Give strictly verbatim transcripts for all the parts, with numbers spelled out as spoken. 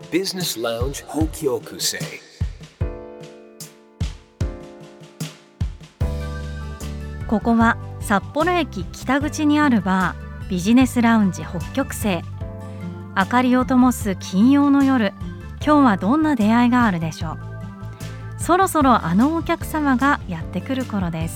Business Lounge Hokyokusei。 ここは札幌駅北口にあるバー、ビジネスラウンジ北極星。明かりを灯す金曜の夜、今日はどんな出会いがあるでしょう。そろそろあのお客様がやってくる頃です。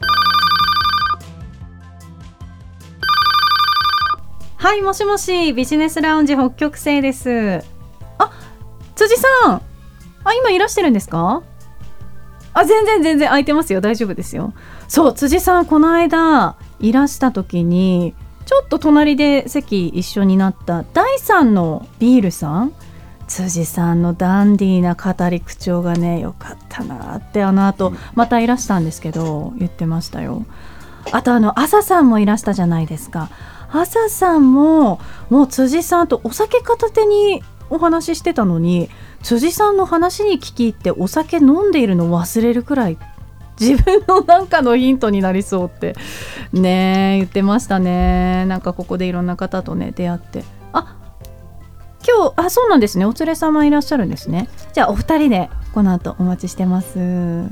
はい、もしもし、ビジネスラウンジ北極星です。あ、辻さん、あ、今いらしてるんですか？あ、全然全然空いてますよ、大丈夫ですよ。そう、辻さんこの間いらした時にちょっと隣で席一緒になっただいさんのビールさん、辻さんのダンディーな語り口調がね、よかったなってあの後またいらしたんですけど言ってましたよ。あとあの朝さんもいらしたじゃないですか。朝さんももう辻さんとお酒片手にお話ししてたのに、辻さんの話に聞き入ってお酒飲んでいるのを忘れるくらい自分のなんかのヒントになりそうってね言ってましたね。なんかここでいろんな方とね出会って、あ、今日、あ、そうなんですね、お連れ様いらっしゃるんですね。じゃあお二人でこの後お待ちしてます。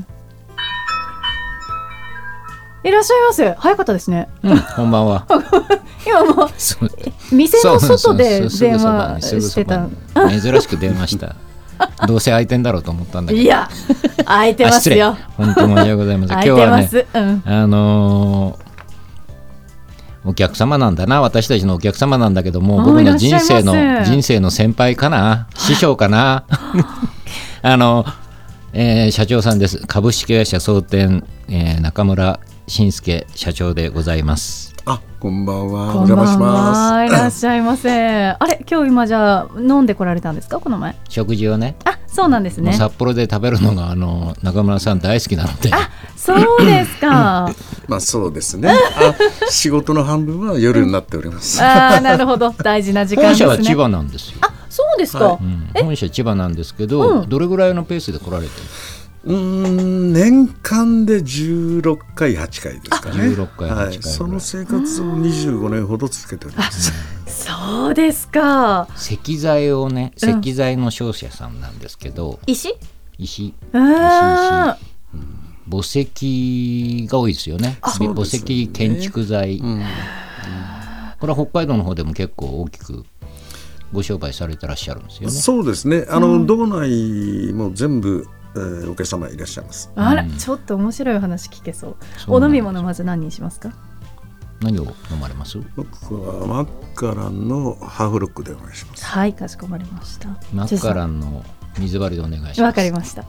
いらっしゃいませ。早かったですね、 うん、こんばんは。 今もう店の外で電話してた。 珍しく電話したどうせ空いてんだろうと思ったんだけど、 いや空いてますよ。 本当申し訳ございません。今日はね、うん、あのー、お客様なんだな、私たちのお客様なんだけども、僕の人生の人生の先輩かな、師匠かなあの、えー、社長さんです。株式会社総店、えー、中村信介社長でございます。 あ、こんばんは。 お邪魔します。いらっしゃいませ。あれ、今日今じゃあ飲んでこられたんですか、この前。 食事をね。 あ、そうなんですね。 札幌で食べるのがあの中村さん大好きなので。 あ、そうですか。 まあそうですね。あ、仕事の半分は夜になっております。 あ、なるほど、大事な時間ですね。 本社は千葉なんですよ。 あ、そうですか。 はい、うん、本社千葉なんですけど、うん、どれぐらいのペースで来られてる？ うーん、年間でじゅうろっかいはちかいですかね。 じゅうろっかいはちかい、はい、 その生活をにじゅうごねんほど続けております。 そうですか。 石材をね、石材の商社さんなんですけど、うん、 石石、 えー、 石、うん、墓石が多いですよね。墓石建築材、うんうん、これは北海道の方でも結構大きくご商売されてらっしゃるんですよね。 そうですね、あの、うん、道内も全部えー、お客様いらっしゃいます。 あら、うん、ちょっと面白い話聞けそう。お飲み物まず何にしますか？ 何を飲まれます？ 僕はマッカランのハーフロックでお願いします。 はい、かしこまりました。 マッカランの水割りでお願いします。 わかりました。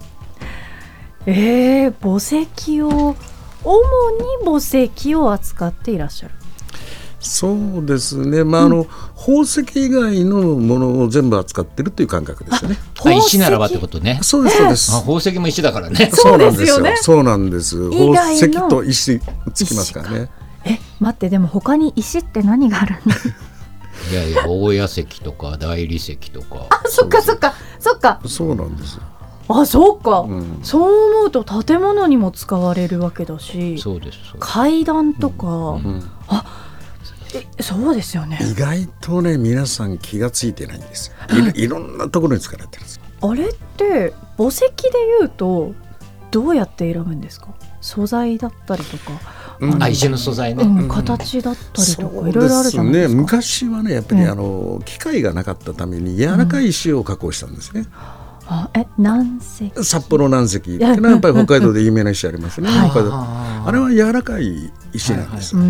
えー、墓石を主に墓石を扱っていらっしゃる。 そうですね、まああのうん、宝石以外のものを全部扱ってるという感覚ですよね。 あ、石ならばってことね。 そうですそうです。 あ、宝石も石だからね。 そうですよね。 そうなんです。宝石と石つきますからね。 え、待って、でも他に石って何があるの？ いやいや、大谷石とか大理石とか。 あ、そっかそっかそっか。 そうなんです。 あ、そうか、 うん、 そう思うと建物にも使われるわけだし、 そうです、そうです。 階段とか、うんうん、あ、そうですよね。 意外とね、皆さん気がついてないんですよ。 い, いろんなところに使われてるんです。 あれって墓石でいうとどうやって選ぶんですか？素材だったりとか、 うん、あ、石の素材ね、 うん、形だったりとかいろいろあるじゃないですか。 昔はね、やっぱり、うん、あの機械がなかったために柔らかい石を加工したんですね、うん、 あ、え、軟石、 札幌軟石っていうのはやっぱり北海道で有名な石ありますね。はい、北海道、あれは柔らかい石なんです、はいはい、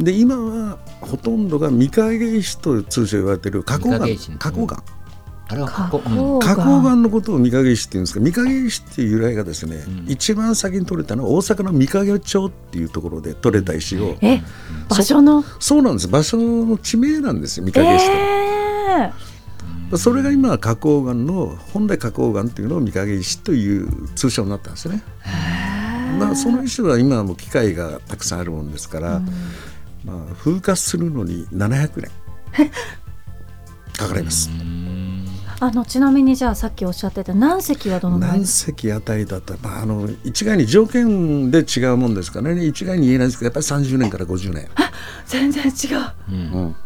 で今はほとんどが御影石と通称言われている花崗岩、花崗岩、 あれは花崗岩のことを御影石っていうんですが、御影石っていう由来がですね、うん、一番先に取れたのは大阪の御影町っていうところで取れた石を、 え、場所の、 そ, そうなんです、場所の地名なんですよ、御影石って、えー、それが今花崗岩の本来花崗岩っていうのを御影石という通称になったんですよね。まあ、その石は今はもう機械がたくさんあるもんですから、うん、まあ、風化するのにななひゃくねんかかります。 あの、ちなみにじゃあさっきおっしゃってた軟石はどのぐらい？ 軟石あたりだったら、まあ、あの一概に条件で違うもんですからね、一概に言えないんですけど、やっぱりさんじゅうねんからごじゅうねん。 全然違う、 うんうん、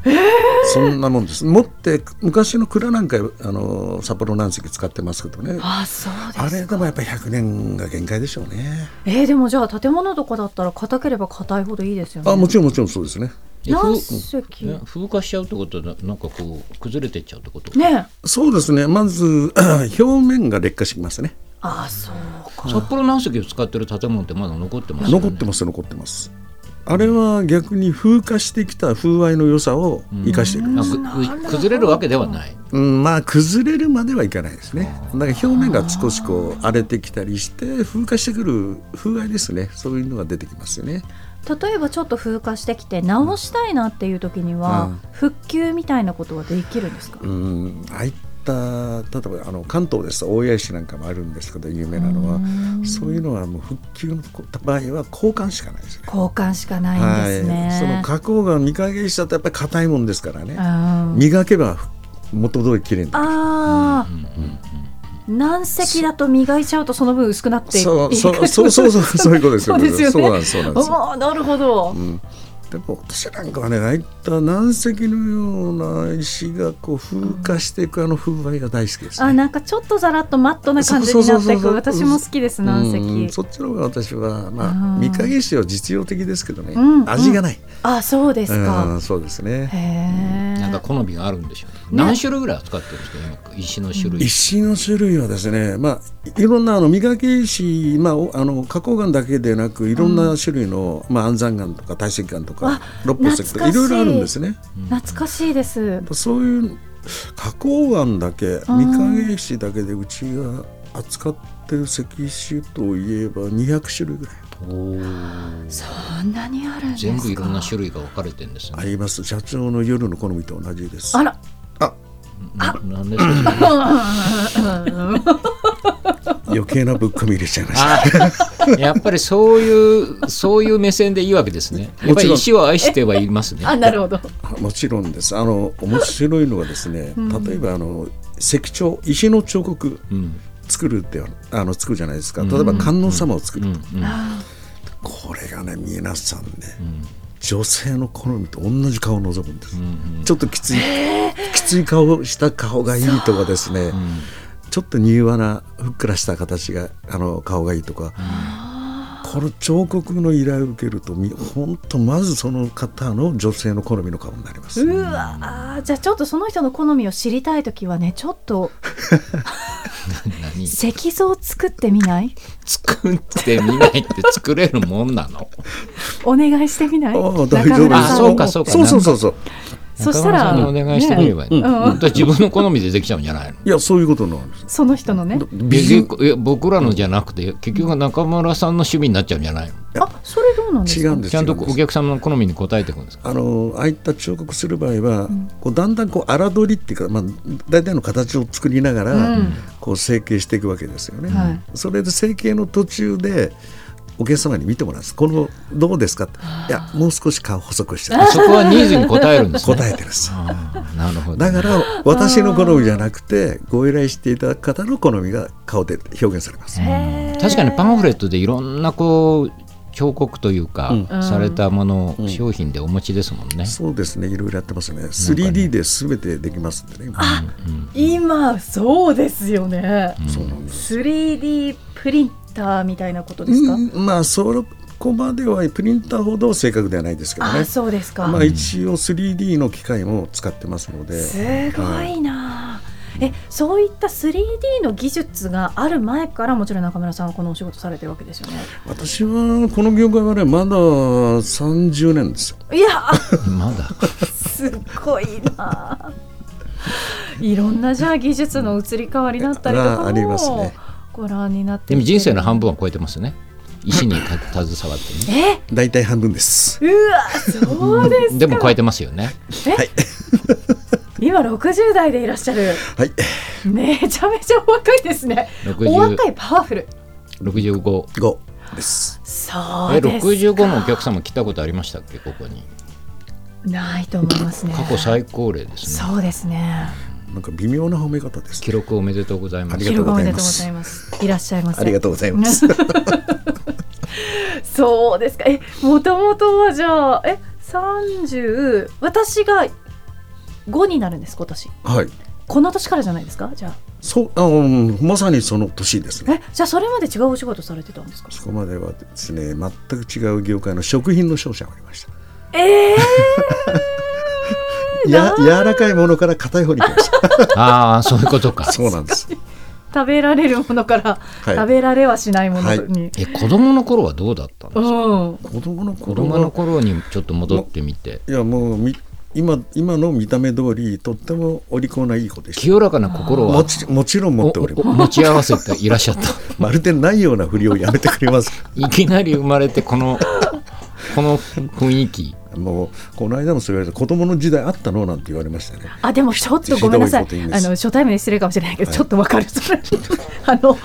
そんなもんです。持って昔の蔵なんかあの札幌軟石使ってますけどね。 あ、そうですか。 あれでもやっぱりひゃくねんが限界でしょうね。 えー、でもじゃあ建物とかだったら硬ければ硬いほどいいですよね。 あ、もちろんもちろんそうですね。 軟石、 ね、風化しちゃうってことはなんかこう崩れてっちゃうってことね。 そうですね。まず表面が劣化してきますね。 あ、そうか。 札幌軟石を使ってる建物ってまだ残ってますよね。 残ってます残ってます。あれは逆に風化してきた風合いの良さを生かしているんです、 うん、崩れるわけではない、 うん、まあ崩れるまではいかないですね。だから表面が少しこう荒れてきたりして風化してくる風合いですね。そういうのが出てきますよね。 例えばちょっと風化してきて直したいなっていう時には、うん、復旧みたいなことはできるんですか？ うん、ああいった例えばあの関東ですと大谷石なんかもあるんですけど有名なのはそういうのはもう復旧の場合は交換しかないですね。 交換しかないんですね、 はい、その加工が御影石だとやっぱり硬いもんですからね、磨けば元通りきれいになる。 あ、うんうんうん、軟石だと磨いちゃうとその分薄くなっていく。 そうそうそうそうそうそういうことですよね。 そうですよね。 そうなんですそうなんです。 あ、なるほど、うん、 でも私なんかはねああいった軟石のような石がこう風化していくあの風合いが大好きです、ね、 あ、なんかちょっとザラッとマットな感じになっていく。私も好きです軟石、 うん、そっちの方が私はまあ御影石は実用的ですけどね、 うん、 味がない、 うん、あ、そうですか、 うん、そうですね。 へ、 なんか好みがあるんでしょう、ね、何種類ぐらい扱ってるんですか今石の種類。 石の種類はですね、まあ、いろんなあの御影石、まあ、あの花崗岩だけでなくいろんな種類の、うんまあ、安山岩とか大石岩とか六方石とかいろいろあるんですね。 懐かしいです。 そういう花崗岩だけ御影石だけでうちが扱ってる石種といえばにひゃくしゅるいぐらい。 お、 そんなにあるんですか？ 全部いろんな種類が分かれてるんですね。 あります。社長の夜の好みと同じです。 あら、 ああ、なんですか余計なぶっ込み入れちゃいました。 やっぱりそういうそういう目線でいいわけですね。やっぱり石を愛してはいますね。 あ、なるほど。 もちろんです。あの面白いのがですね、例えばあの石彫石の彫刻作るってあの作るじゃないですか。例えば観音様を作ると、うんうんうん、これがね皆さんね、うん、女性の好みと同じ顔を望むんです、うんうん、ちょっときついきつい顔した顔がいいとかですね、うん、ちょっと柔和なふっくらした形があの顔がいいとか、この彫刻の依頼を受けると本当まずその方の女性の好みの顔になります。 うわ、じゃあちょっとその人の好みを知りたいときはね、ちょっと石像作ってみない？ 作ってみないって作れるもんなの？ お願いしてみない？ あ、大丈夫です。 あ、そうかそうか。 そうそうそうそう。 そしたら中村さんにお願いしてみればいい、ね、うんうん、自分の好みでできちゃうんじゃないの？ いや、そういうことなんです。 その人のね、 僕らのじゃなくて結局中村さんの趣味になっちゃうんじゃないの？ あ、それどうなんですか？ 違うんです。 ちゃんとお客様の好みに応えていくんですか？ あのああいった彫刻する場合は、うん、こうだんだんこう荒取りっていうか、まあ、大体の形を作りながら、うん、こう成形していくわけですよね、はい、それで成形の途中でお客様に見てもらうんです。このどうですかって。いや、もう少し顔細くしてそこはニーズに応えるんですね。 答えてるんです。 なるほど。 だから私の好みじゃなくてご依頼していただく方の好みが顔で表現されます。 確かにパンフレットでいろんなこう彫刻というか、うん、されたものを、うん、商品でお持ちですもんね。 そうですね、いろいろやってますね。 スリーディー で全てできますんでね。 あ、うん、今そうですよね、うん、そうなんです。 スリーディー プリンターみたいなことですか？ うん、まあそこまではプリンターほど正確ではないですけどね。 あ、そうですか。 まあ、一応 スリーディー の機械も使ってますので。 すごいな、はい、えそういった スリーディー の技術がある前からもちろん中村さんはこのお仕事されてるわけですよね。 私はこの業界はねまださんじゅうねんですよ。 いやまだすごいないろんなじゃあ技術の移り変わりだったりとかもあ, ありますね。 ご覧になってでも人生の半分は超えてますね。石に携わってね。 え、大体半分です。 うわ、そうですか。 でも超えてますよね。 はい今ろくじゅう代でいらっしゃる。 はい。 めちゃめちゃお若いですね。お若い、パワフル。 ろくじゅうごです。 そうですか。 え、ろくじゅうごのお客様来たことありましたっけ、ここに？ ないと思いますね。 過去最高齢ですね。 そうですね。 なんか微妙な褒め方です、ね。 記録おめでとうございます。 ありがとうございます。 いらっしゃいませ。 ありがとうございます。 そうですか。え、もともとはじゃあえさんじゅう、私がごになるんです、今年。 はい。 この年からじゃないですか、じゃあ。 そう、あのまさにその年ですね。 え、じゃあそれまで違うお仕事されてたんですか？ そこまではですね、全く違う業界の食品の商社がありました。 えー、や柔らかいものから硬い方に行きましたああ、そういうことか。 そうなんです。 食べられるものから、はい、食べられはしないものに、はい、 え子供の頃はどうだったんですか？うん、 子供の頃子供の頃にちょっと戻ってみて。 いやもうみ今, 今の見た目通りとってもお利口ないい子でした。 清らかな心はも, ちもちろん持っております。 持ち合わせていらっしゃったまるでないようなふりをやめてくれますいきなり生まれてこのこの雰囲気。 もうこの間もそう言われて、子供の時代あったのなんて言われましたね。 あ、でもちょっとごめんなさい、あの初対面で失礼かもしれないけど、はい、ちょっとわかるそれあの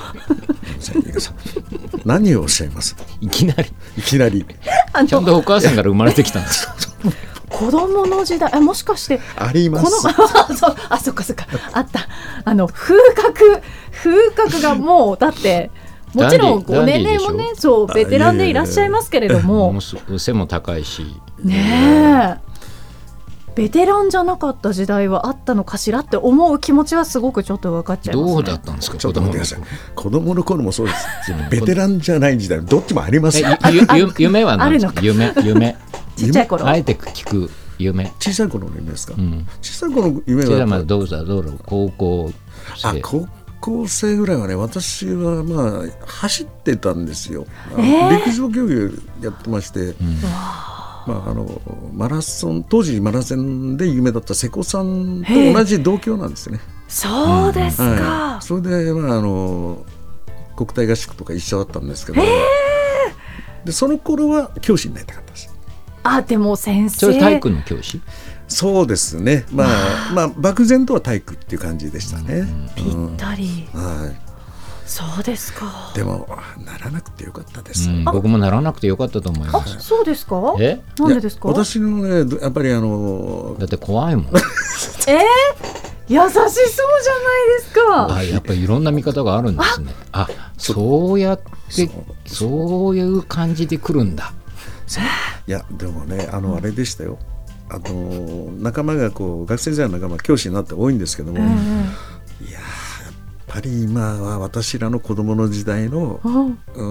何をおっしゃいます？ いきなりいきなりちゃんとお母さんから生まれてきたんです子供の時代、あ、もしかしてあります。 このそう、あ、そっかそっか、あった。あの風格風格がもうだってもちろんご年齢もね、そうベテランでいらっしゃいますけれども、 もう背も高いしねえ、ベテランじゃなかった時代はあったのかしらって思う気持ちはすごくちょっと分かっちゃいますね。 どうだったんですか？ ちょっと待ってください。子供の頃もそうです。ベテランじゃない時代どっちもあります。 夢は何ですか？夢夢ちっちゃい頃あえて聞く夢。 小さい頃の夢ですか？うん、小さい頃の夢は小さいまでどうぞどうぞ高校あ高校生ぐらいはね、私はまあ走ってたんですよ。えー、陸上競技やってまして、うん、まあ、あのマラソン当時マラソンで有名だった瀬古さんと同じ同郷なんですね。 そうですか、 はい、それで、まあ、あの国体合宿とか一緒だったんですけど、えー、でその頃は教師になりたかったです。 あ、でも先生、 それ体育の教師？ そうですね、まあまあ、漠然とは体育っていう感じでしたね。 ぴったり、 うん、はい、 そうですか。 でもならなくてよかったです、 うん、僕もならなくてよかったと思います。 あ、そうですか？ え、 なんでですか？ 私のね、やっぱりあのだって怖いもんえー、 優しそうじゃないですか。 あ、やっぱりいろんな見方があるんですね。あ、そうやってそういう感じで来るんだ。 いやでもね、あのあれでしたよ、あの仲間がこう学生時代の仲間教師になって多いんですけども、うん、いややっぱり今は私らの子供の時代の、うん、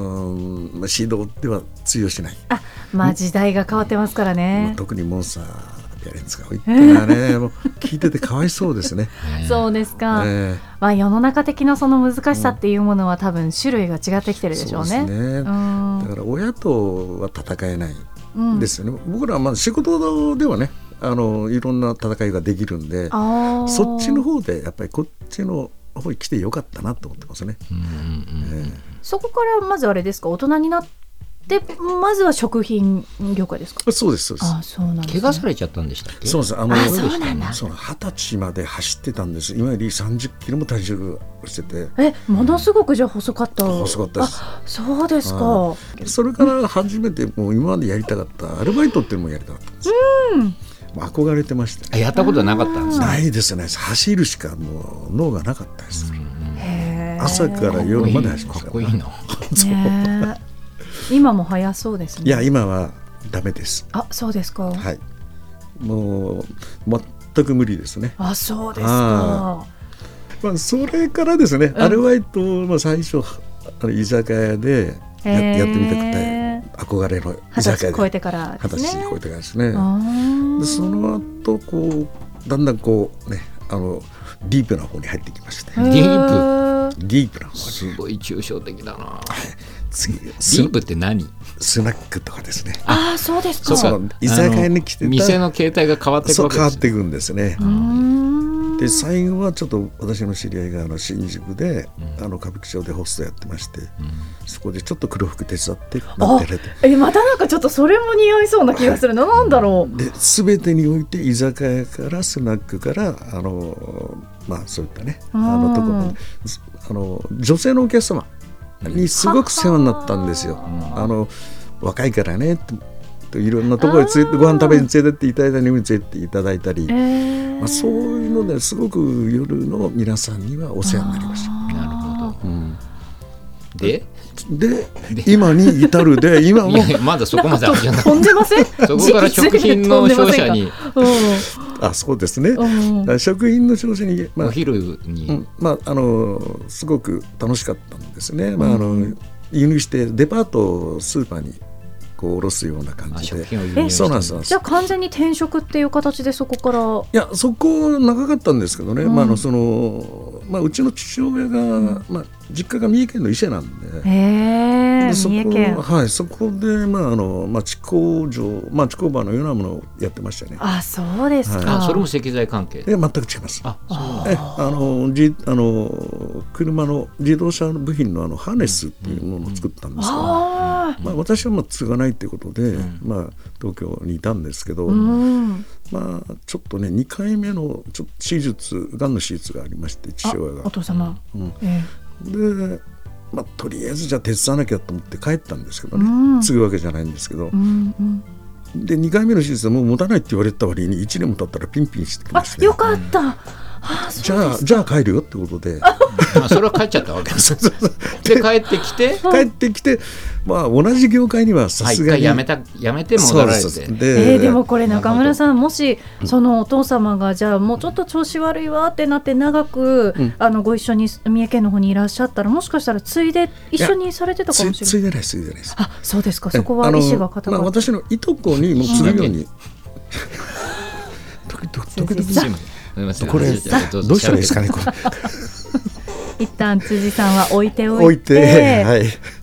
指導では通用しない。 あ、まあ時代が変わってますからね。 特にモンスターペアレンツが多いっていうのはねもう聞いててかわいそうですねそうですか、えーまあ、世の中的なその難しさっていうものは多分種類が違ってきてるでしょうね。 そうですね、うん、だから親とは戦えないですよね、うん、僕らはまあ仕事ではね、あのいろんな戦いができるんで、そっちの方でやっぱりこっちの方に来てよかったなと思ってますね、うんうんうんえー、そこからまずあれですか、大人になってでまずは食品業界ですか？ そうですそうです。 あ、そうなんですね。 怪我されちゃったんでしたっけ？ そうです。あのあ、そうなんだ。 その二十歳まで走ってたんです。今よりさんじゅっキロも体重してて、 え、ものすごくじゃあ細かった。 細かったです。 あ、そうですか。 それから初めてもう今までやりたかったアルバイトっていうのもやりたかったんです。うん。憧れてました、 ね。やったことはなかったんですか？ ないですね。走るしかもう脳がなかったです。へー、朝から夜まで走りました。 かっこいいな。 ね今も早そうですね。 いや今はダメです。 あ、そうですか。 はい、もう全く無理ですね。 あ、そうですか。 まあ、それからですね、うん、アルバイトは最初居酒屋で や,、えー、やってみたくて、憧れの居酒屋で二十歳超えてからですね。 二十歳超えてからですね。でその後こうだんだんこうね、あのディープな方に入ってきまして。 ディープディープな方にすごい抽象的だな。 次ディープって何？ スナックとかですね。 ああ、そうですか。 そう居酒屋に来てた店の形態が変わっていくわけですよ。 そう変わっていくんですね。で最後はちょっと私の知り合いがあの新宿で、うん、あの歌舞伎町でホストやってまして、うん、そこでちょっと黒服手伝ってなってれて、 えまたなんかちょっとそれも似合いそうな気がするな、はい、なんだろう。 で全てにおいて居酒屋からスナックからあのまあそういったねあのところあの女性のお客様にすごく世話になったんですよ。あの若いからねっていろんなところについてご飯食べに連れてっていただいたりに連れてっていただいたり、えーまあ、そういうのですごく夜の皆さんにはお世話になりました。 なるほど、うん、でで今に至るで今もいやまだそこまであるじゃない飛んでませんそこから食品の商社にあそうですね、うん、食品の商社に、 まあ、お昼に、 うんまあ、あのすごく楽しかったんですね、まあ、あの輸入してデパートスーパーにこう卸すような感じで。 えそうなんです。じゃあ完全に転職っていう形でそこから。 いやそこ長かったんですけどね、うんまあ、あのそのまあ、うちの父親が、うんまあ、実家が三重県の伊勢なんで、 へーそこ三重県、 はい、そこで、まああの町工場、町工場のようなものをやってましたね。 あそうですか、 はい、あそれも石材関係。 いや全く違います。 あそうえあのじあの車の自動車の部品のあのハーネスっていうものを作ったんですけど、うんあまあ、私はまあ継がないということで、うんまあ、東京にいたんですけど、うんまあ、ちょっとねにかいめのちょ手術がんの手術がありまして父親がお父様、 うんええ、で、まあ、とりあえずじゃあ手伝わなきゃと思って帰ったんですけどね、うん、継ぐわけじゃないんですけど、うんうん、でにかいめの手術はもう持たないって言われた割にいちねんも経ったらピンピンしてきまして、 あよかった、うんああじゃあじゃあ帰るよってことでまあそれは帰っちゃったわけですで帰ってきて帰ってきて、まあ、同じ業界にはさすがにやめたやめて戻られてで、えー、でもこれ中村さんもしそのお父様がじゃあもうちょっと調子悪いわってなって長く、うん、あのご一緒に三重県の方にいらっしゃったらもしかしたらついで一緒にされてたかもしれない。 ついでないついでないです。 あそうですか。そこは意思が固かった、 まあ、私のいとこにも継ぐように時々これどうしたらいいですかねこれ一旦辻さんは置いておいて置いて、はい、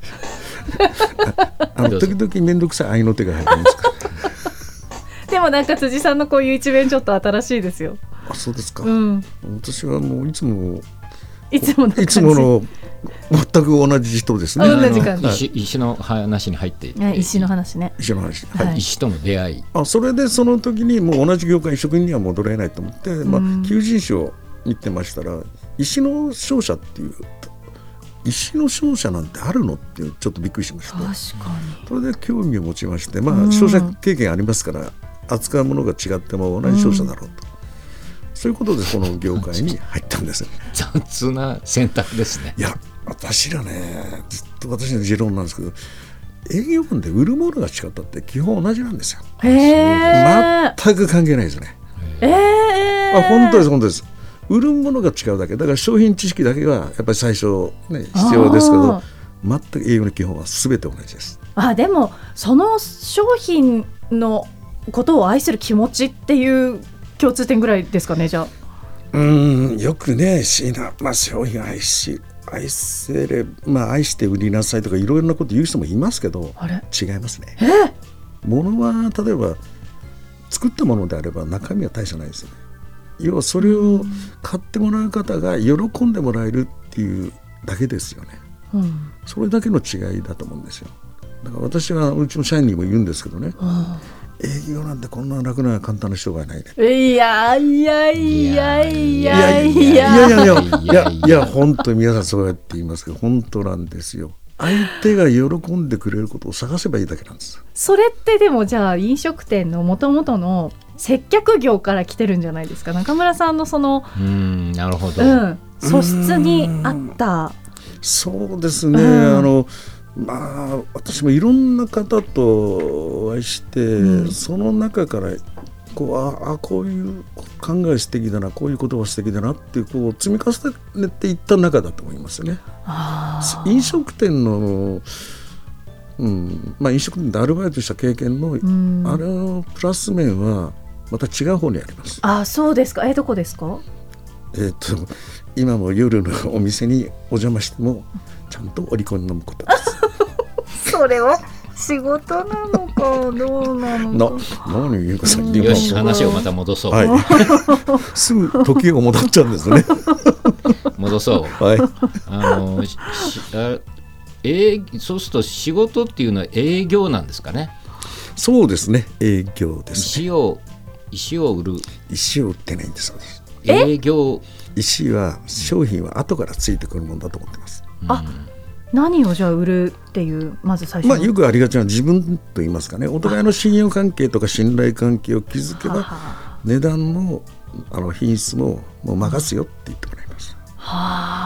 あの時々面倒くさい愛の手が入りますかでもなんか辻さんのこういう一面ちょっと新しいですよ。 あそうですか、 うん、 私はもういつもいつものいつもの全く同じ人ですね。 同じ感じ。 石, 石の話に入っていて石の話ね。 石の話、 はい、石との出会い。 あそれでその時にもう同じ業界職人には戻れないと思って、まあ、求人誌を見てましたら石の商社っていう石の商社なんてあるのっていうちょっとびっくりしました。 確かに。 それで興味を持ちまして、まあ、商社経験ありますから扱うものが違っても同じ商社だろうと、そういうことでこの業界に入ったんです雑な選択ですね。 いや私らねずっと私の持論なんですけど営業マンで売るものが違ったって基本同じなんですよ。 へ全く関係ないですね。 へーあ本当です本当です。売るものが違うだけだから商品知識だけはやっぱり最初、ね、必要ですけど全く営業の基本は全て同じです。 あでもその商品のことを愛する気持ちっていう共通点ぐらいですかね。じゃあうーんよくねしな、まあ、商品愛し愛せれ、まあ、愛して売りなさいとかいろいろなこと言う人もいますけどあれ違いますね。 え物は例えば作ったものであれば中身は大差ないですよね。要はそれを買ってもらう方が喜んでもらえるっていうだけですよね、うん、それだけの違いだと思うんですよ。だから私はうちの社員にも言うんですけどね、うん、営業なんてこんな楽な簡単な人がいないね。 いやいやいやいやいやいやいやいやいやいや本当に皆さんそうやって言いますけど本当なんですよ。相手が喜んでくれることを探せばいいだけなんです。 それってでもじゃあ飲食店の元々の接客業から来てるんじゃないですか。中村さんのそのうーんなるほど、 うん、素質にあったそうですね、うん、あのまあ私もいろんな方とお会いして、うん、その中からこう あ, あこういう考え素敵だなこういう言葉素敵だなっていうこう積み重ねていった中だと思いますよね。あ飲食店のうんまあ、飲食店でアルバイトした経験の、うん、あれのプラス面はまた違う方にあります。 あそうですか。えどこですか。 えー、っと今も夜のお店にお邪魔してもちゃんとお利口に飲むことですそれは仕事なのかどうなのかな何ゆうかさんよし話をまた戻そう、はい、 すぐ時が戻っちゃうんですね戻そう、はい、あのしあえー、そうすると仕事っていうのは営業なんですかね。 そうですね営業です、ね、 石を石を売る石を売ってないんです私。 営業石は商品は後からついてくるものだと思ってます、 うん、あ何をじゃあ売るっていうまず最初、 まあ、よくありがちな自分と言いますかねお互いの信用関係とか信頼関係を築けば値段の、あの品質ももう任すよって言ってもらいます。 は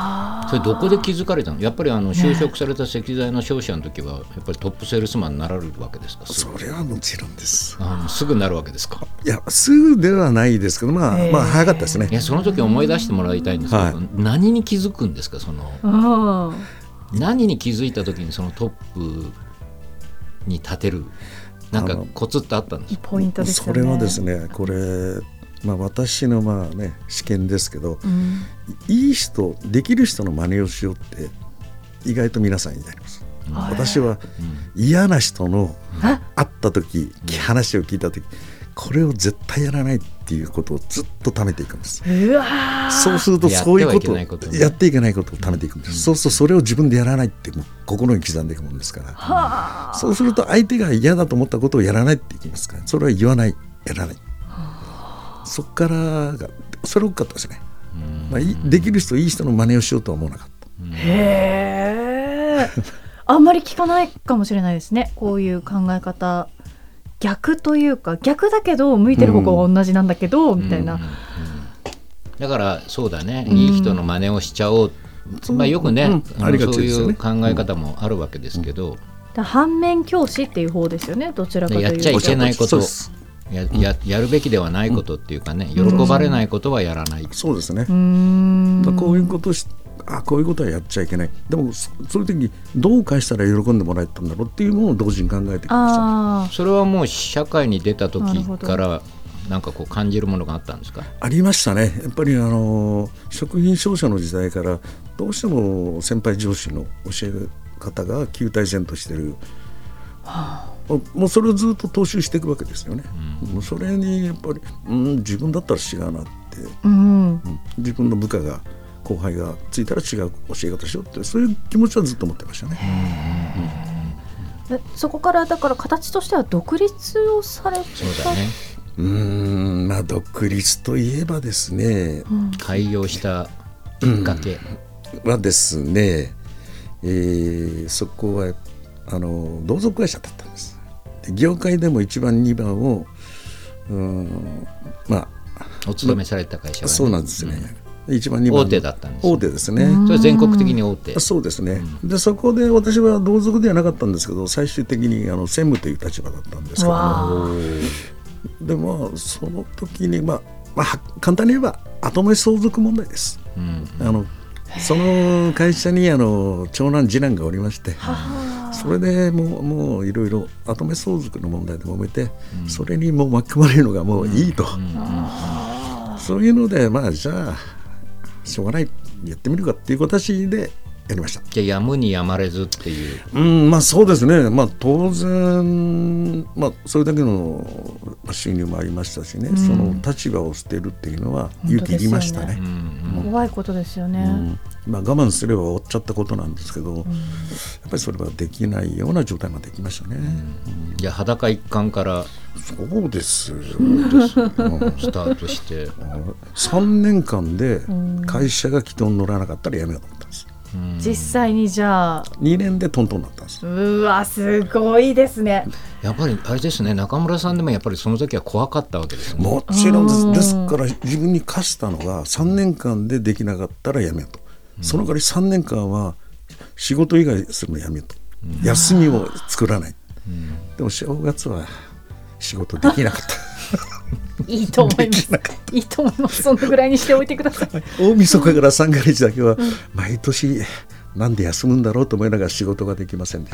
それどこで気づかれたの？やっぱりあの就職された石材の商社の時はやっぱりトップセールスマンになられるわけですか？ それはもちろんです。 あすぐなるわけですか？ いやすぐではないですけど、まあ、まあ早かったですね。 いやその時思い出してもらいたいんですけど、はい、何に気づくんですか？その何に気づいた時にそのトップに立てるなんかコツってあったんですか？ ポイントですよね。 それはですね、これ、まあ、私のまあ、ね、試験ですけど、うん、いい人できる人の真似をしようって意外と皆さんになります、うん、私は嫌な人の会った時、うん、話を聞いた時これを絶対やらないっていうことをずっと貯めていくんです。うわそうするとそういうことをやっていけないことを貯めていくんです、うん、そうするとそれを自分でやらないってもう心に刻んでいくもんですから、うん、そうすると相手が嫌だと思ったことをやらないっていきますから、それは言わないやらない、そこからがそれ大きかったですね、まあ、できる人いい人の真似をしようとは思わなかった。 へーあんまり聞かないかもしれないですね、こういう考え方。逆というか逆だけど向いてる方向は同じなんだけど、うん、みたいな、うんうんうん、 だからそうだね、うん、いい人の真似をしちゃおう、うんまあ、よくね、うん、あのそういう考え方もあるわけですけど、 うん、反面教師っていう方ですよね、どちらかというと。 やっちゃいけないこと、や, や, やるべきではないことっていうかね、喜ばれないことはやらない、 うん、そうですね。うーんだこういうことしあこういうことはやっちゃいけない、でもそそういう時にどう返したら喜んでもらえたんだろうっていうのを同時に考えてきました。それはもう社会に出た時からなんかこう感じるものがあったんですか？ ありましたね。やっぱりあの食品商社の時代からどうしても先輩上司の教え方が旧体然としてる、はあ、もうそれをずっと踏襲していくわけですよね、うん、もうそれにやっぱり、うん、自分だったら違うなって、うんうん、自分の部下が後輩がついたら違う教え方しようってそういう気持ちはずっと持ってましたね。 うんうん、そこからだから形としては独立をされた。 そうだね。 うーんまあ独立といえばですね、 うん、開業したきっかけ、 うん、はですね、えー、そこはあの同族会社だったんです。で業界でもいちばんにばんをうんまあお勤めされた会社は、ね、 そうなんですね、うん、いちばんにばん大手だったんです。 大手ですね。 それ全国的に大手。 そうですね、うん、でそこで私は同族ではなかったんですけど最終的にあの専務という立場だったんですけども、でまあその時に、まあまあ、簡単に言えば後継相続問題です、うんうん、あのその会社にあの長男次男がおりまして、それでもう、もういろいろ後継相続の問題で揉めて、うん、それにもう巻き込まれるのがもういいと、うんうんうん、そういうのでまあじゃあしょうがないやってみるかっていう形でやりました。 じゃあやむにやまれずっていう、 うんまあそうですね、まあ、当然、まあ、それだけの収入もありましたしね、うん、その立場を捨てるっていうのは勇気いりましたね。 うんうん、怖いことですよね、うんまあ、我慢すれば終わっちゃったことなんですけど、うん、やっぱりそれはできないような状態までできましたね、 うん、いや裸一貫からそうですそうです、うん、スタートしてさんねんかんで会社が軌道に乗らなかったらやめようと思ったんです。 うん、実際にじゃあにねんでトントンだったんです。 うわすごいですね。 やっぱりあれですね、中村さんでもやっぱりその時は怖かったわけですね。 もちろんです。ですから自分に課したのがさんねんかんでできなかったらやめようと、うん、その代わりさんねんかんは仕事以外するのやめようと、うん、休みを作らない、うん、でも正月は仕事できなかったいいと思いますいいと思います。そのぐらいにしておいてください大晦日から三が日だけは毎年なんで休むんだろうと思いながら仕事ができませんでした。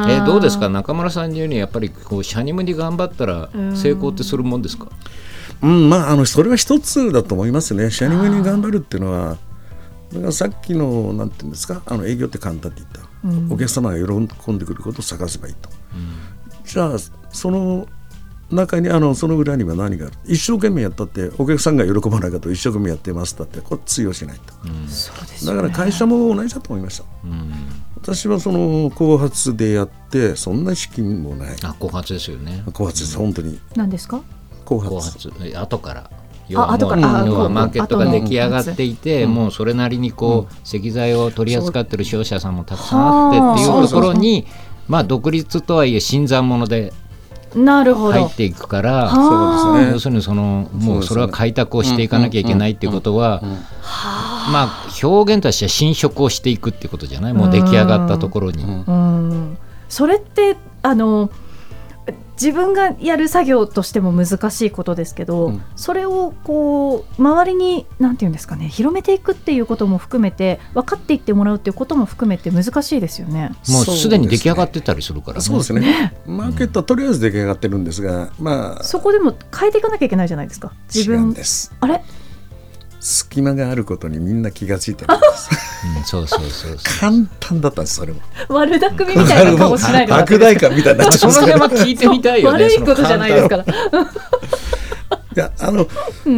えどうですか、中村さんに言うにやっぱりこうシャニムに頑張ったら成功ってするもんですか？ うん、まあ、あのそれは一つだと思いますね。シャニムに頑張るっていうのはだからさっきのなんていうんですか、あの営業って簡単って言った、うん、お客様が喜んでくることを探せばいいと、うん、じゃあその中にあのその裏には何がある、一生懸命やったってお客さんが喜ばないかと一生懸命やってますだってこれ通用しないと、うん、そうですね、だから会社も同じだと思いました、うん、私はその後発でやってそんな資金もない。 あ後発ですよね。 後発です、うん、本当に。 何ですか後発？後発後から要はもう要はマーケットが出来上がっていて、もうそれなりにこう石材を取り扱っている商社さんもたくさんあってっていうところに、まあ独立とはいえ新参者でなるほど入っていくから、そうですね、要するにそのもうそれは開拓をしていかなきゃいけないっていうことは、まあ表現としては侵食をしていくっていうことじゃない、もう出来上がったところに、 うんうん、それってあの自分がやる作業としても難しいことですけど、うん、それをこう周りになんていうんですかね、広めていくっていうことも含めて分かっていってもらうっていうことも含めて難しいですよね。 もうすでに出来上がってたりするからね。 そうですね、ね、マーケットはとりあえず出来上がってるんですが、まあ、 そこでも変えていかなきゃいけないじゃないですか。自分違うんです。 あれ隙間があることにみんな気がついてるんです、うん、 そうそうそうそう、 簡単だったんです。それも悪巧みみたいな顔しないで悪代官みたいになっちゃうんですけど、 その辺は聞いてみたいよね。 悪いことじゃないですからいやあの、うん、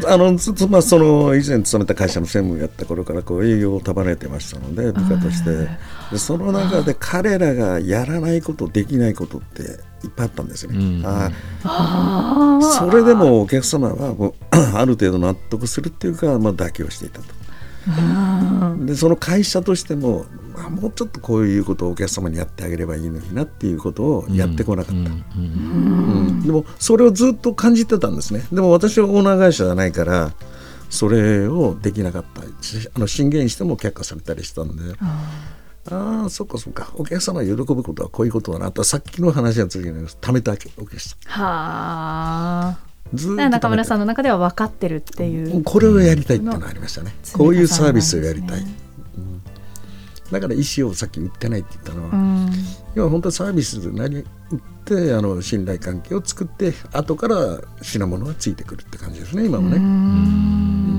あのずっと、まあ、その以前勤めた会社の専務をやった頃からこう営業を束ねてましたので、部下として。でその中で彼らがやらないことできないことっていっぱいあったんですよね、うん、ああそれでもお客様はもうある程度納得するっていうか、まあ、妥協していたと。でその会社としても、まあ、もうちょっとこういうことをお客様にやってあげればいいのになっていうことをやってこなかった、うんうんうん、でもそれをずっと感じてたんですね。でも私はオーナー会社じゃないからそれをできなかった。あの進言しても却下されたりしたんで、ああそっかそっか、お客様が喜ぶことはこういうことだなと、さっきの話がついて貯めたわけでした。 はあ、ずっと中村さんの中では分かってるっていう、 これをやりたいっていうのがありましたね。こういうサービスをやりたい、うん、だから石をさっき売ってないって言ったのは、うん、要は本当にサービスで何売ってあの信頼関係を作って後から品物がついてくるって感じですね今もね。うん、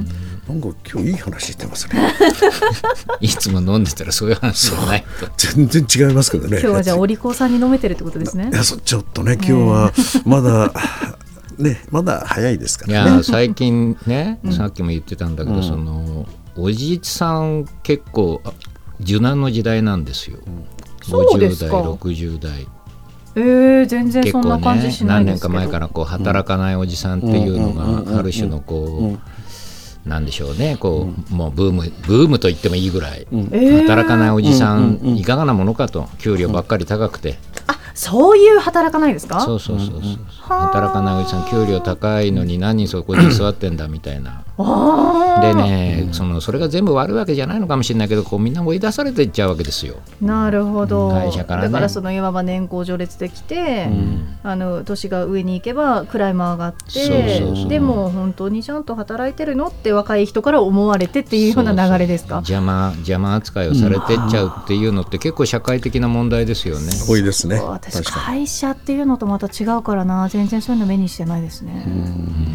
なんか今日いい話してますねいつも飲んでたらそういう話じゃないと全然違いますけどね。 今日はじゃあお利口さんに飲めてるってことですね。 いやそちょっとね今日はまだねまだ早いですからね。 いや最近ね、うん、さっきも言ってたんだけど、うん、そのおじいさん結構受難の時代なんですよ、うん、ごじゅう代ろくじゅう代。 えー、全然そんな感じしないですけど、結構ね何年か前からこう働かないおじさんっていうのがある種のこうなんでしょうね、こうもうブームブームと言ってもいいぐらい、うん、働かないおじさんいかがなものかと、給料ばっかり高くて、 あそういう働かないですか。 そうそうそうそう、うん、働かないおじさん給料高いのに何そこに座ってんだみたいなでね、そのそれが全部悪いわけじゃないのかもしれないけど、こうみんな追い出されていっちゃうわけですよ。 なるほど、 会社からね。 だからそのいわば年功序列できて、うん、あの年が上に行けば位も上がって、そうそうそう、でも本当にちゃんと働いてるのって若い人から思われてっていうような流れですか。 そうそう、邪魔邪魔扱いをされてっちゃうっていうのって結構社会的な問題ですよね。 多いですね。 私会社っていうのとまた違うからな、全然そういうの目にしてないですね。うん、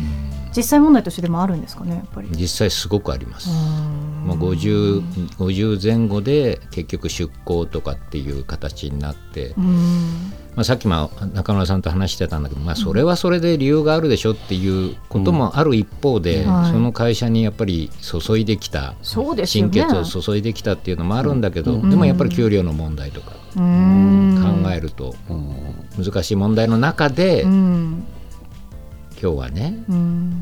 実際問題としてでもあるんですかね。やっぱり実際すごくあります。もうごじゅう、ごじゅう前後で結局出向とかっていう形になって、まあ、さっきも中村さんと話してたんだけど、まあ、それはそれで理由があるでしょっていうこともある一方で、うんはい、その会社にやっぱり注いできた、心血を注いできたっていうのもあるんだけど、うん、でもやっぱり給料の問題とか考えると難しい問題の中で、うん、今日はね、うん、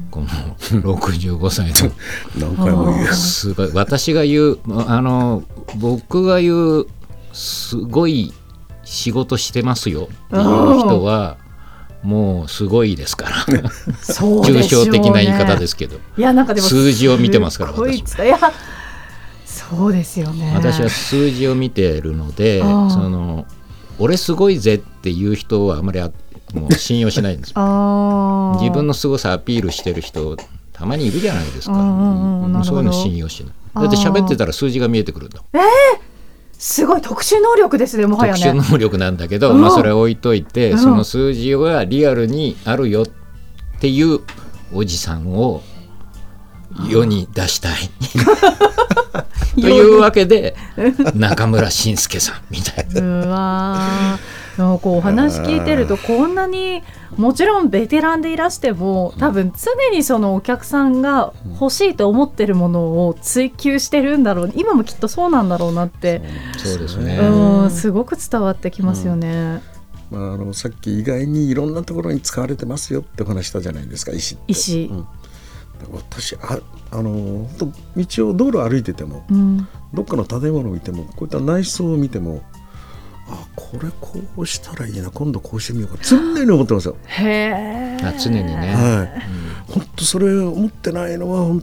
このろくじゅうごさいの何回も言うすごい私が言うあの僕が言うすごい仕事してますよっていう人はもうすごいですから抽象的な言い方ですけど、 いやなんかでも数字を見てますから私いやそうですよね。 私は数字を見てるので、その俺すごいぜっていう人はあまりもう信用しないんですよあ自分の凄さアピールしてる人たまにいるじゃないですか、うんうん、そういうの信用しない。だって喋ってたら数字が見えてくるんだ。 えー、すごい特殊能力ですね。もはやね特殊能力なんだけど、まあ、それを置いといて、うん、その数字はリアルにあるよっていうおじさんを世に出したいというわけで中村慎介さんみたいな。 うわなんかこうお話聞いてるとこんなにもちろんベテランでいらしても多分常にそのお客さんが欲しいと思ってるものを追求してるんだろう、今もきっとそうなんだろうなってそうですね、 うん、すごく伝わってきますよね、 うんまあ、あのさっき意外にいろんなところに使われてますよってお話したじゃないですか石って。石、うん、私ああの道を道路を歩いてても、うん、どっかの建物を見てもこういった内装を見てもあこれこうしたらいいな今度こうしてみようか常に思ってますよ。 へーあ常にね、 はいうん、本当それ思ってないのは本当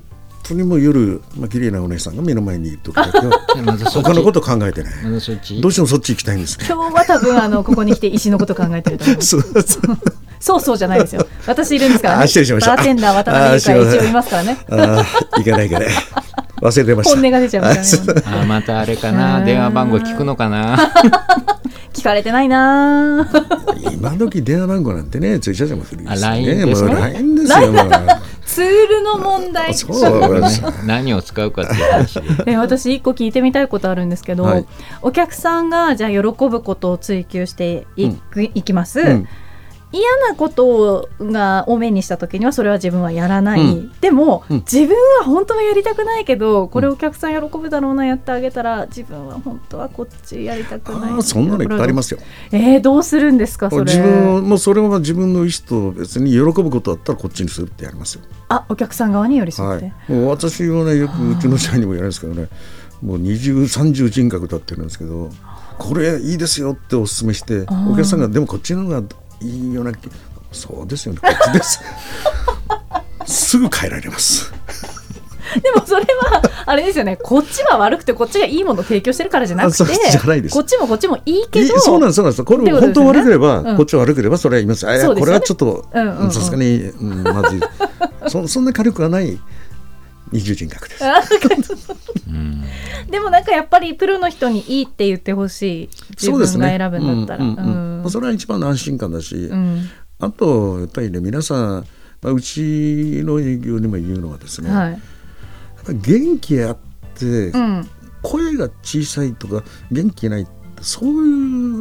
当にもう夜、まあ綺麗なお姉さんが目の前にいる時だけは他のこと考えてない。 ま、そっちどうしてもそっち行きたいんですね。 今日は多分あのここに来て石のこと考えてると思う。 そうそうそうそうじゃないですよ。私いるんですからね。 あ、失礼しました。 バーテンダー渡辺優香一応いますからね。 ああ、いけないいけない。忘れてました。 本音が出ちゃいましたね。 あ、またあれかな、電話番号聞くのかな。 聞かれてないな。 今時電話番号なんてね、ツイッターでも古いですね。 ラインですね。 もう ライン ですよ。もうツールの問題。 そうね、何を使うかっていう話で。 え私一個聞いてみたいことあるんですけど、はい、お客さんがじゃあ喜ぶことを追求していく、うん、いきます、うん、嫌なことがお目にした時にはそれは自分はやらない、うん、でも、うん、自分は本当はやりたくないけどこれお客さん喜ぶだろうな、やってあげたら自分は本当はこっちやりたくない。 あ、そんなのいっぱいありますよ。 えー、どうするんですかそれ。 自分もうそれは自分の意思と別に喜ぶことだったらこっちにするってやりますよ。 あ、お客さん側に寄り添って、はい、 もう私はねよくうちの社員にも言われるんですけどね、もうにじゅう、さんじゅう人格だって言うんですけど、これいいですよってお勧めしてお客さんがでもこっちの方がいいような、そうですよね、こっちですすぐ変えられます。 でもそれはあれですよね、こっちは悪くてこっちがいいものを提供してるからじゃなくて、 じゃないです。 こっちもこっちもいいけど、 そうなんですそうなんです。これも本当悪ければ、うん、こっちは悪ければそれは言います。あ、いやこれはちょっとさすがに、うん、まずいそ, そんな軽くはない二重人格です。 でもなんかやっぱりプロの人にいいって言ってほしい、自分が選ぶんだったら、 そ, うんうんうん、 それは一番の安心感だし、うん、あとやっぱりね皆さん、まあ、うちの営業にも言うのはですね、はい、やっぱり元気あって、うん、声が小さいとか元気ないってそういう、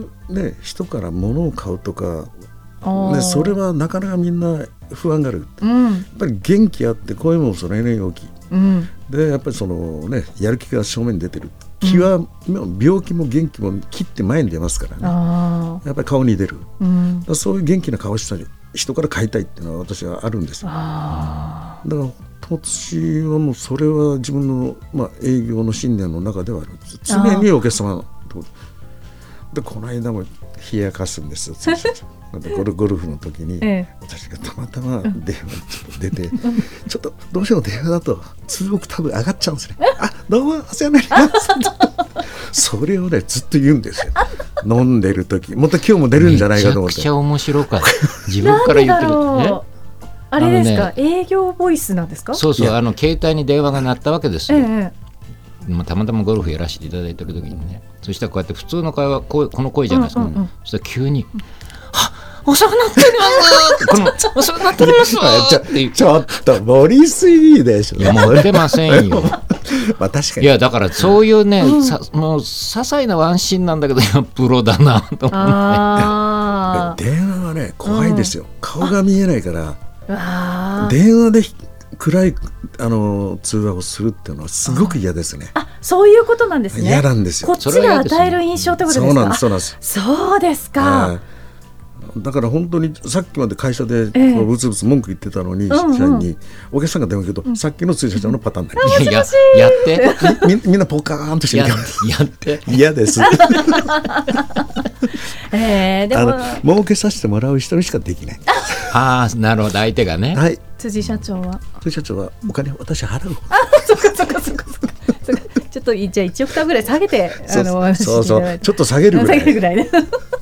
ね、人から物を買うとか、ね、それはなかなかみんな不安がある、うん、やっぱり元気あって声もそれなりに大きい、うん、でやっぱりその、ね、やる気が正面に出てる、気は、うん、病気も元気も切って前に出ますからね、あやっぱり顔に出る、うん、だそういう元気な顔した人から買いたいっていうのは私はあるんですよ。あだから私はもうそれは自分の、まあ、営業の信念の中ではあるんです。常にお客様のとでこの間も冷やかすんですよゴル、ゴルフの時に、ええ、私がたまたま電話ちょっと出て、うん、ちょっとどうしても電話だとにオクターブ上がっちゃうんですねあ、どうもお世話になりますそれをねずっと言うんですよ飲んでる時、また今日も出るんじゃないかと思って。 めちゃくちゃ面白かった自分から言ってるねあれですか、ね、営業ボイスなんですか。 そうそう、あの携帯に電話が鳴ったわけですよ、ええ、まあ、たまたまゴルフやらせていただいてる時にね、そしたらこうやって普通の会話こ, この声じゃないですか、うんうんうん、そしたら急に、うん、はっお世話になっておりますこのお世話になっておりますち, ちょっと盛りすぎでしょ。 いや盛ってませんよまあ確かに。 いやだからそういうね、うん、さもう些細なワンシーンなんだけどプロだなと思ってあ電話はね怖いですよ、うん、顔が見えないから電話で暗いあの通話をするっていうのはすごく嫌ですね。 あ、そういうことなんですね。 嫌なんですよ。 こっちが与える印象ってことですか。 そうなんです、そうなんです。 そうですか。 だから本当にさっきまで会社でブツブツ文句言ってたのに、えー、社員にお客さんが電話けど、うん、さっきの通社長のパターンになります。 やってみ, みんなポカーンとしてるや, やって嫌ですえー、でもあの儲けさせてもらう人にしかできない。 ああ、なるほど、相手がね、 はい、 辻社長は辻社長はお金を私払う。 あ、そっかそっかそっかそっかちょっとじゃあいちオクターブぐらい下げてそうそうそうそうちょっと下げるぐらい下げるぐらいね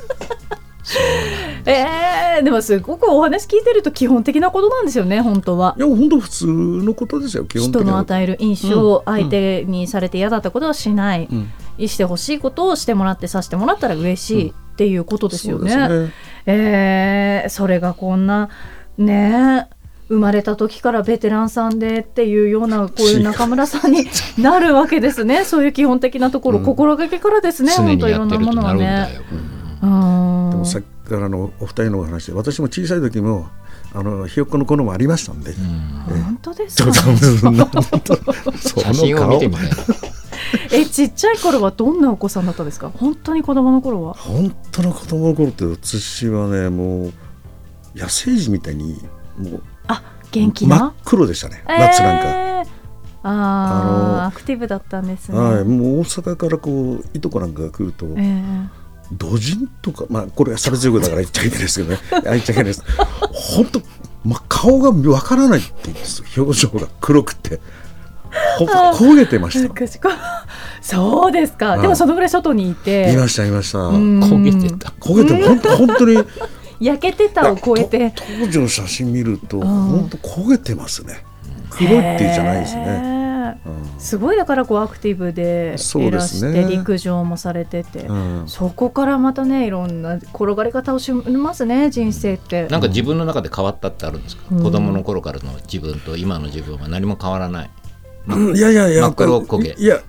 えー、でもすごくお話聞いてると基本的なことなんですよね、本当は。 いや本当普通のことですよ。基本的な人の与える印象を相手にされて嫌だったことはしない、うん、してほしいことをしてもらってさせてもらったら嬉しいっていうことですよね、うん、そうですね。えー、それがこんなね生まれた時からベテランさんでっていうようなこういう中村さんになるわけですね。そういう基本的なところ、うん、心がけからですね、本当いろんなものはね。 うん、でもさっきからのお二人のお話で私も小さい時もあのひよっこの頃もありましたんで、うんえ本当ですか。 写真を見てみたいえちっちゃい頃はどんなお子さんだったんですか。本当に子供の頃は。 本当の子供の頃って私はねもう野生児みたいにもうあ元気な真っ黒でしたね、えー、夏なんか。 ああアクティブだったんですね。 はい、もう大阪からこういとこなんかが来ると、えードジンとか、まあ、これは差別用語だから言っちゃいけないですけどね言っちゃいけないです本当、まあ、顔がわからないって言うんです。表情が黒くて焦げてました。 そうですか。でもそのぐらい外にいていましたいました。 焦げてた焦げて本当本当に焼けてたを超えて、 当時の写真見ると本当焦げてますね。黒いってじゃないですね。 うん、すごいだからこうアクティブでいらして、ね、陸上もされてて、うん、そこからまたねいろんな転がり方をしますね人生って。 なんか自分の中で変わったってあるんですか、うん、子供の頃からの自分と今の自分は何も変わらない、 うん、いやいやいや真っ黒焦げいや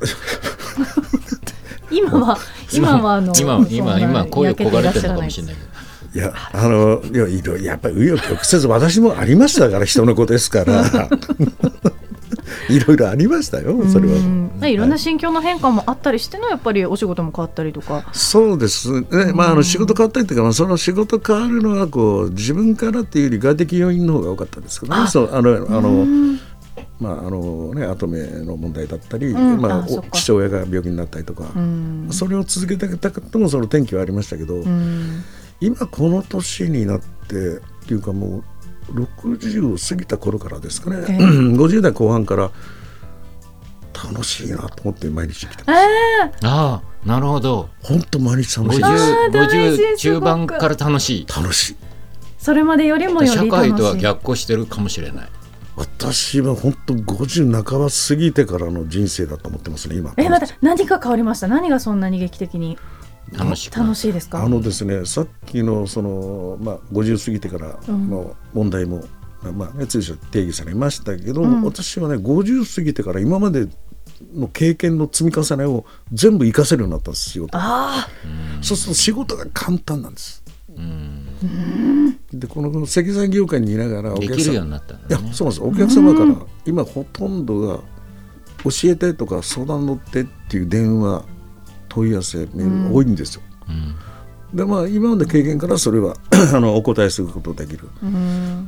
今は今はあの今今今声焦がれてるのかもしれないけど、 いやあのいやいろやっぱり紆余曲折私もありましたから人の子ですからいろいろありましたよそれは。 いろんな心境の変化もあったりしてのやっぱりお仕事も変わったりとか。 そうですね、まあ、あの仕事変わったりというか、まあ、その仕事変わるのはこう自分からっていうより外的要因の方が多かったですけどね。あそうあのあのまああのね、跡目の問題だったり、うんまあ、あ父親が病気になったりとか、それを続けたかったもその転機はありましたけど、今この年になってっていうかもうろくじゅう過ぎた頃からですかね、えー、ごじゅう代後半から楽しいなと思って毎日来てます、 えー、ああなるほど。 本当毎日楽しいです。ごじゅう中盤から楽しい楽しい。 それまでよりもより楽しい。 社会とは逆行してるかもしれない。 私は本当ごじゅう半ば過ぎてからの人生だと思ってますね今。 えまた何か変わりました。何がそんなに劇的に楽し楽しいですか。 あのですね、さっきのその、まあ、ごじゅう過ぎてからの問題も、うんまあね、通常定義されましたけど、うん、私はねごじゅう過ぎてから今までの経験の積み重ねを全部活かせるようになったんです仕事。あそうすると仕事が簡単なんです。うんでこの石材業界にいながらお客さんできるようになったんだね。 いやそうなんです。お客様から今ほとんどが教えてとか相談乗ってっていう電話問い合わせメール多いんですよ、うんでまあ、今まで経験からそれはあのお答えすることができる、うん、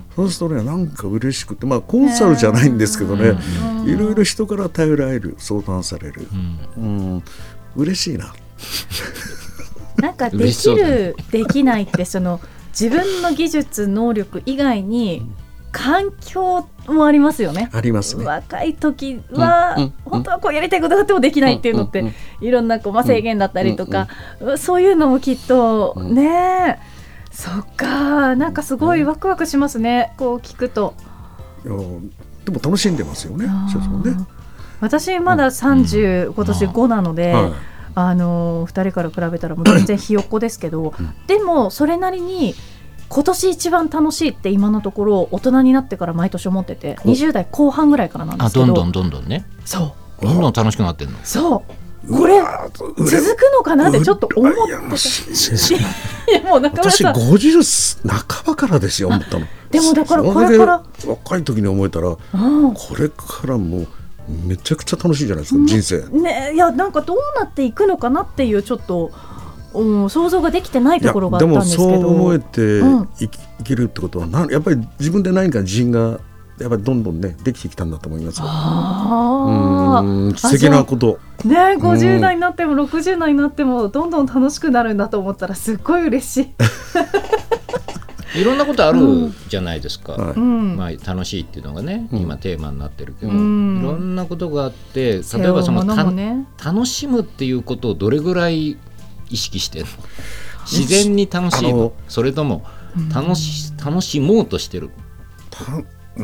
そうするとねなんか嬉しくて、まあ、コンサルじゃないんですけどね、いろいろ人から頼られる相談される、うんうん、嬉しいな。 なんかできるできないってその自分の技術能力以外に環境もありますよね。 ありますね。 若い時は、うんうん、本当はこうやりたいことがあってもできないっていうのって、うんうんうん、いろんなこう、まあ、制限だったりとか、うんうん、そういうのもきっと、うん、ねそっかなんかすごいワクワクしますね、うん、こう聞くと。 いやでも楽しんでますよね。そうそうね。 私まださんじゅう、うん、今年ごなので、はい、あのふたりから比べたらもう全然ひよっこですけど、うん、でもそれなりに今年一番楽しいって今のところ大人になってから毎年思っててにじゅう代後半ぐらいからなんですけど、 あどんどんどんどんねそうどんどん楽しくなってんの。 そうこれ続くのかなってちょっと思ってていやもう中村さん私ごじゅう半ばからですよ思ったの。 でもだからこれから若い時に思えたら、うん、これからもうめちゃくちゃ楽しいじゃないですか、うん、人生ね。いやなんかどうなっていくのかなっていうちょっとうん、想像ができてないところがあったんですけど。 でもそう思えて生き、うん、きるってことはなやっぱり自分で何か自信がやっぱりどんどんねできてきたんだと思いますよ。あうん素敵なことね。ごじゅう代になってもろくじゅう代になってもどんどん楽しくなるんだと思ったらすっごい嬉しいいろんなことあるじゃないですか、うんまあ、楽しいっていうのがね、うん、今テーマになってるけど、うん、いろんなことがあって例えばそのた、ね、楽しむっていうことをどれぐらい意識してるの。自然に楽しむそれとも楽し、楽しもうとしてる。 うん、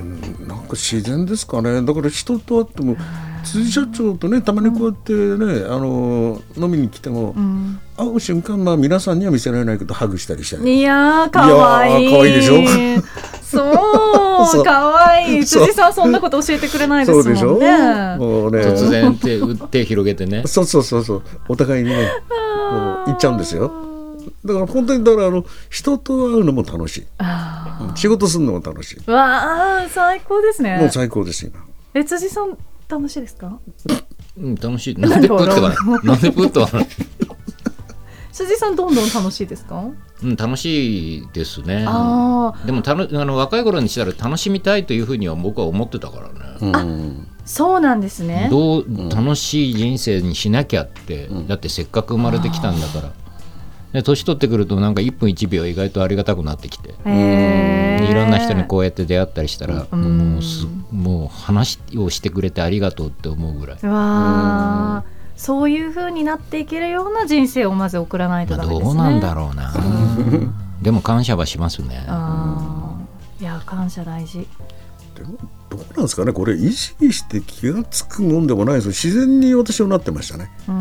なんか自然ですかね。だから人と会っても辻社長とねたまにこうやってね、うん、あの飲みに来ても、うん、会う瞬間、まあ、皆さんには見せられないけどハグしたりしたり。 いやーかわいい。 かわいいでしょそうかわいい。辻さんそんなこと教えてくれないですもんね。 そうでしょ。もうね突然 手, 手広げてねそうそうそうそうお互いにね行っちゃうんですよ。だから本当にだからあの人と会うのも楽しい。あ仕事するのも楽しい。 わあ最高ですね。 もう最高です今。 え辻さん楽しいですか。 うん楽しい。なんでプッとはなんでプッとは辻さんどんどん楽しいですか。 うん楽しいですね。あでもたのあの若い頃にしたら楽しみたいというふうには僕は思ってたからね。 うんそうなんですね。 どう楽しい人生にしなきゃって、うん、だってせっかく生まれてきたんだから。で年取ってくるとなんかいっぷんいちびょう意外とありがたくなってきて、でいろんな人にこうやって出会ったりしたら、うん、もうすもう話をしてくれてありがとうって思うぐらい。 わー、そういう風になっていけるような人生をまず送らないとダメですね。 まあ、どうなんだろうなでも感謝はしますね。 あ、いや感謝大事。 でもどうなんですかね、これ意識して気がつくもんでもないです。自然に私はなってましたね。うん、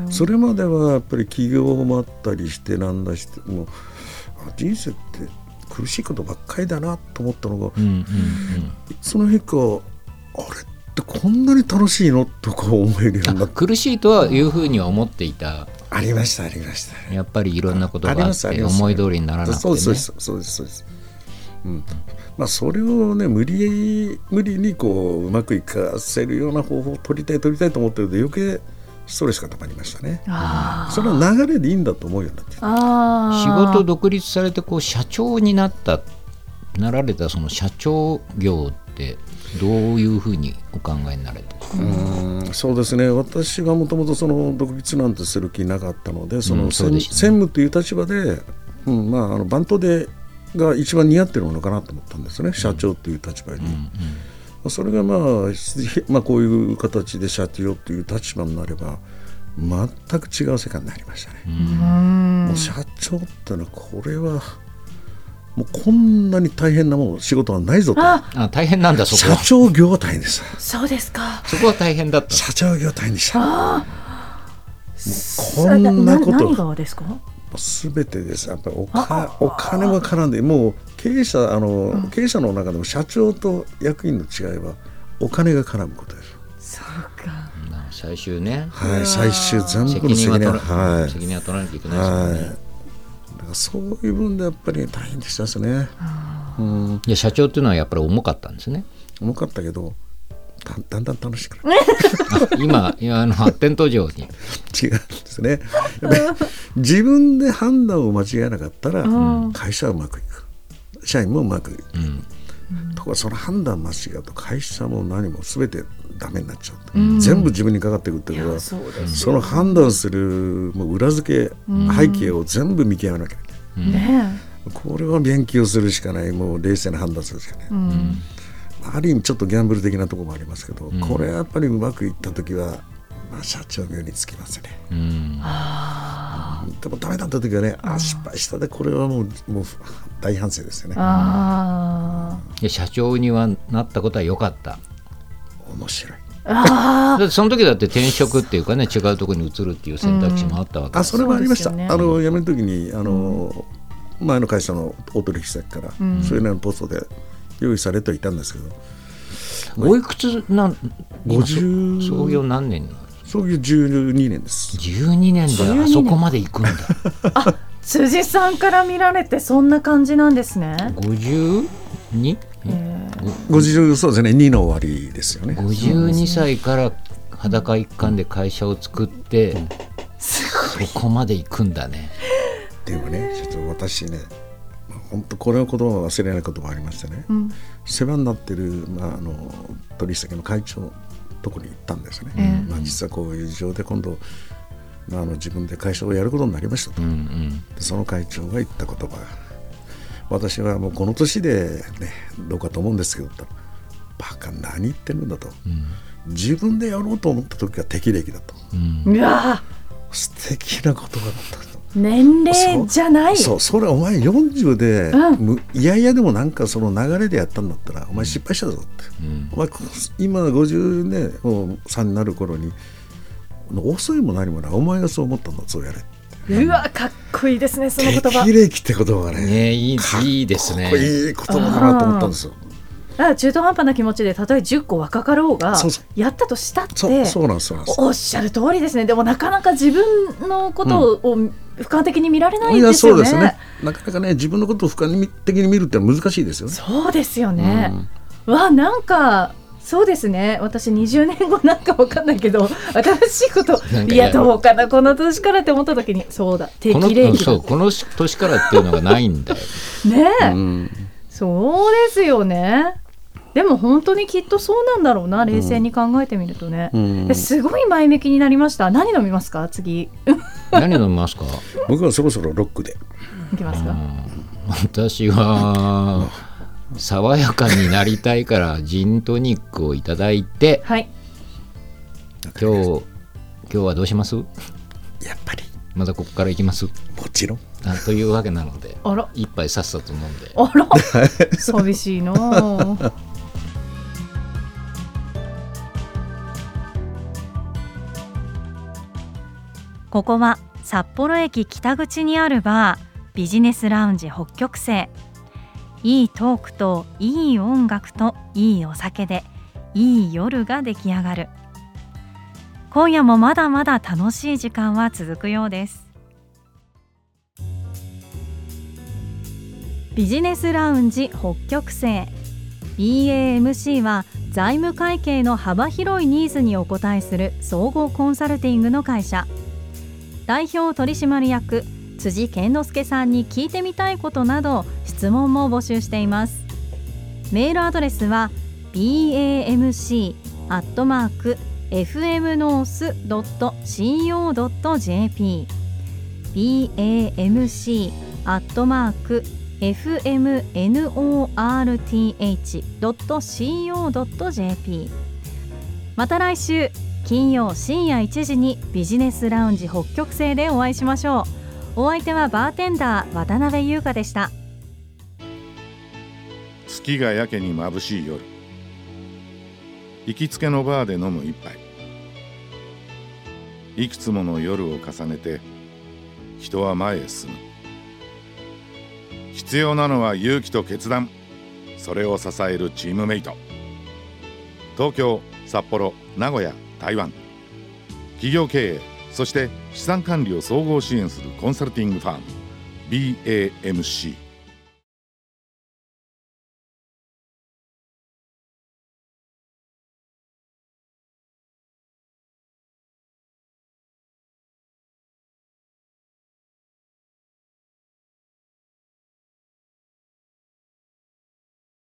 それまではやっぱり起業もあったりしてなんだしてもう人生って苦しいことばっかりだなと思ったのが、うんうんうん、その日かあれってこんなに楽しいのとか思えるようになって、 苦しいとはいうふうには思っていた。 ありましたありました。 やっぱりいろんなことがあって思い通りにならなくてね。 そうですそうですそうです、うん、まあ、それをね無理無理にこううまくいかせるような方法を取りたい取りたいと思ってると余計ストレスがたまりましたね。あ、それは流れでいいんだと思うようになってきた。 あ、仕事独立されてこう社長になったなられたその社長業ってどういうふうにお考えになられて。 うーん、そうですね、私はもともとその独立なんてする気なかったので、その専務という立場で、うん、まあ、あの番頭でが一番似合ってるものかなと思ったんですね、社長という立場に、うんうんうん、それが、まあ、まあこういう形で社長という立場になれば全く違う世界になりましたね。うん、もう社長ってのはこれはもうこんなに大変なもの仕事はないぞと。 ああ、大変なんだ。そこは社長業は大変です。 そうですか。 そこは大変だった。 社長業は大変でした。あ、もうこんなこと何がですか。 全てです。やっぱり お, かお金も絡んで、もう経営者あの、うん、経営者の中でも社長と役員の違いはお金が絡むことです。 そうか。 最終ね、 はい、最終全部の責任は、 はい、責任は取らなきゃいけないですよね。はい、だからそういう分でやっぱり大変でしたですね。 うん、いや社長っていうのはやっぱり重かったんですね。 重かったけど だ, だんだん楽しくなる今, 今あの発展途上に違うんですね。やっぱり自分で判断を間違えなかったら会社はうまくいく、社員もうまくいく、うん、ところがその判断間違うと会社も何も全てダメになっちゃう、うん、全部自分にかかってくるってことは、そ, その判断するもう裏付け、うん、背景を全部見極めなきゃいけない、うんね、これは勉強するしかない。もう冷静な判断するしかない、うん、ある意味ちょっとギャンブル的なところもありますけど、うん、これはやっぱりうまくいった時は、まあ、社長業につきますね、うん、でもダメだった時はね、あ失敗したでこれはもう、もう大反省ですよね。 あいや社長にはなったことは良かった。 面白い。 あだってその時だって転職っていうかね、違うところに移るっていう選択肢もあったわけです、 うん、あそれもありました、ね、あの辞める時にあの、うん、前の会社の大取引先から、うん、そういうようなポストで用意されてはいたんですけど、 おいくつなんごじゅう創業何年になる？ 創業じゅうにねんです。 じゅうにねんであそこまで行くんだあ辻さんから見られてそんな感じなんですね。 ごじゅうに？ ごじゅうそうですね、にの終わりですよね。 ごじゅうにさいから裸一貫で会社を作って、うん、そこまで行くんだね。 でもね、ちょっと私ね、本当これの言葉は忘れないこともありましてね、うん、世話になってる、まあ、あの取引先の会長のところに行ったんですね、うんまあ、実はこういう事情で今度、まあ、あの自分で会社をやることになりましたと、うんうん、でその会長が言った言葉が、私はもうこの年で、ね、どうかと思うんですけど、バカ何言ってるんだと、うん、自分でやろうと思った時は適齢期だと、うん、うわ素敵な言葉だったと。 年齢じゃない。 そう、それお前よんじゅうで、うん、いやいやでもなんかその流れでやったんだったらお前失敗したぞって、うん、お前今ごじゅうねもうさんになる頃に遅いも何もない、お前がそう思ったんだ、そうやれ。 うわかっこいいですね、その言葉。 適齢期って言葉が ね, ねいい、いいですね。 かっこいい言葉だなと思ったんですよ。 あ中途半端な気持ちでたとえじゅっこ若かろうがやったとしたって、 そうそうなんです、 おっしゃる通りですね。でもなかなか自分のことを俯瞰的に見られないんですよね、うん、いやそうですね、 なかなかね自分のことを俯瞰的に見るって難しいですよね。 そうですよね、うん、わなんかそうですね、私にじゅうねんごなんか分かんないけど新しいこといやどうかなこの年からって思った時に、そうだ適齢期だ、 そうこの年からっていうのがないんだよねえ、うん、そうですよね。でも本当にきっとそうなんだろうな、冷静に考えてみるとね、うん、すごい前向きになりました。何飲みますか次何飲みますか僕はそろそろロックでいきますか。 私は爽やかになりたいからジントニックをいただいて、 はい、 今日今日はどうします？ やっぱりまだここから行きます？ もちろん。 あというわけなので、 あら一杯さっさと飲んで。 あら寂しいなここは札幌駅北口にあるバー、ビジネスラウンジ北極星。いいトークといい音楽といいお酒でいい夜が出来上がる。今夜もまだまだ楽しい時間は続くようです。ビジネスラウンジ北極星 ビーエーエムシー は財務会計の幅広いニーズにお応えする総合コンサルティングの会社。代表取締役辻健之介さんに聞いてみたいことなど質問も募集しています。メールアドレスは ビーエーエムシー アットマーク エフエムノース ドット シーオー ドット ジェーピー ビーエーエムシー アットマーク エフエムノーティー ドット シーオー ドット ジェーピー。 また来週金曜深夜いちじにビジネスラウンジ北極星でお会いしましょう。お相手はバーテンダー渡辺優香でした。 月がやけに眩しい夜、行きつけのバーで飲む一杯。いくつもの夜を重ねて人は前へ進む。必要なのは勇気と決断。それを支えるチームメイト。東京、札幌、名古屋、台湾。企業経営、そして資産管理を総合支援するコンサルティングファーム ビーエーエムシー。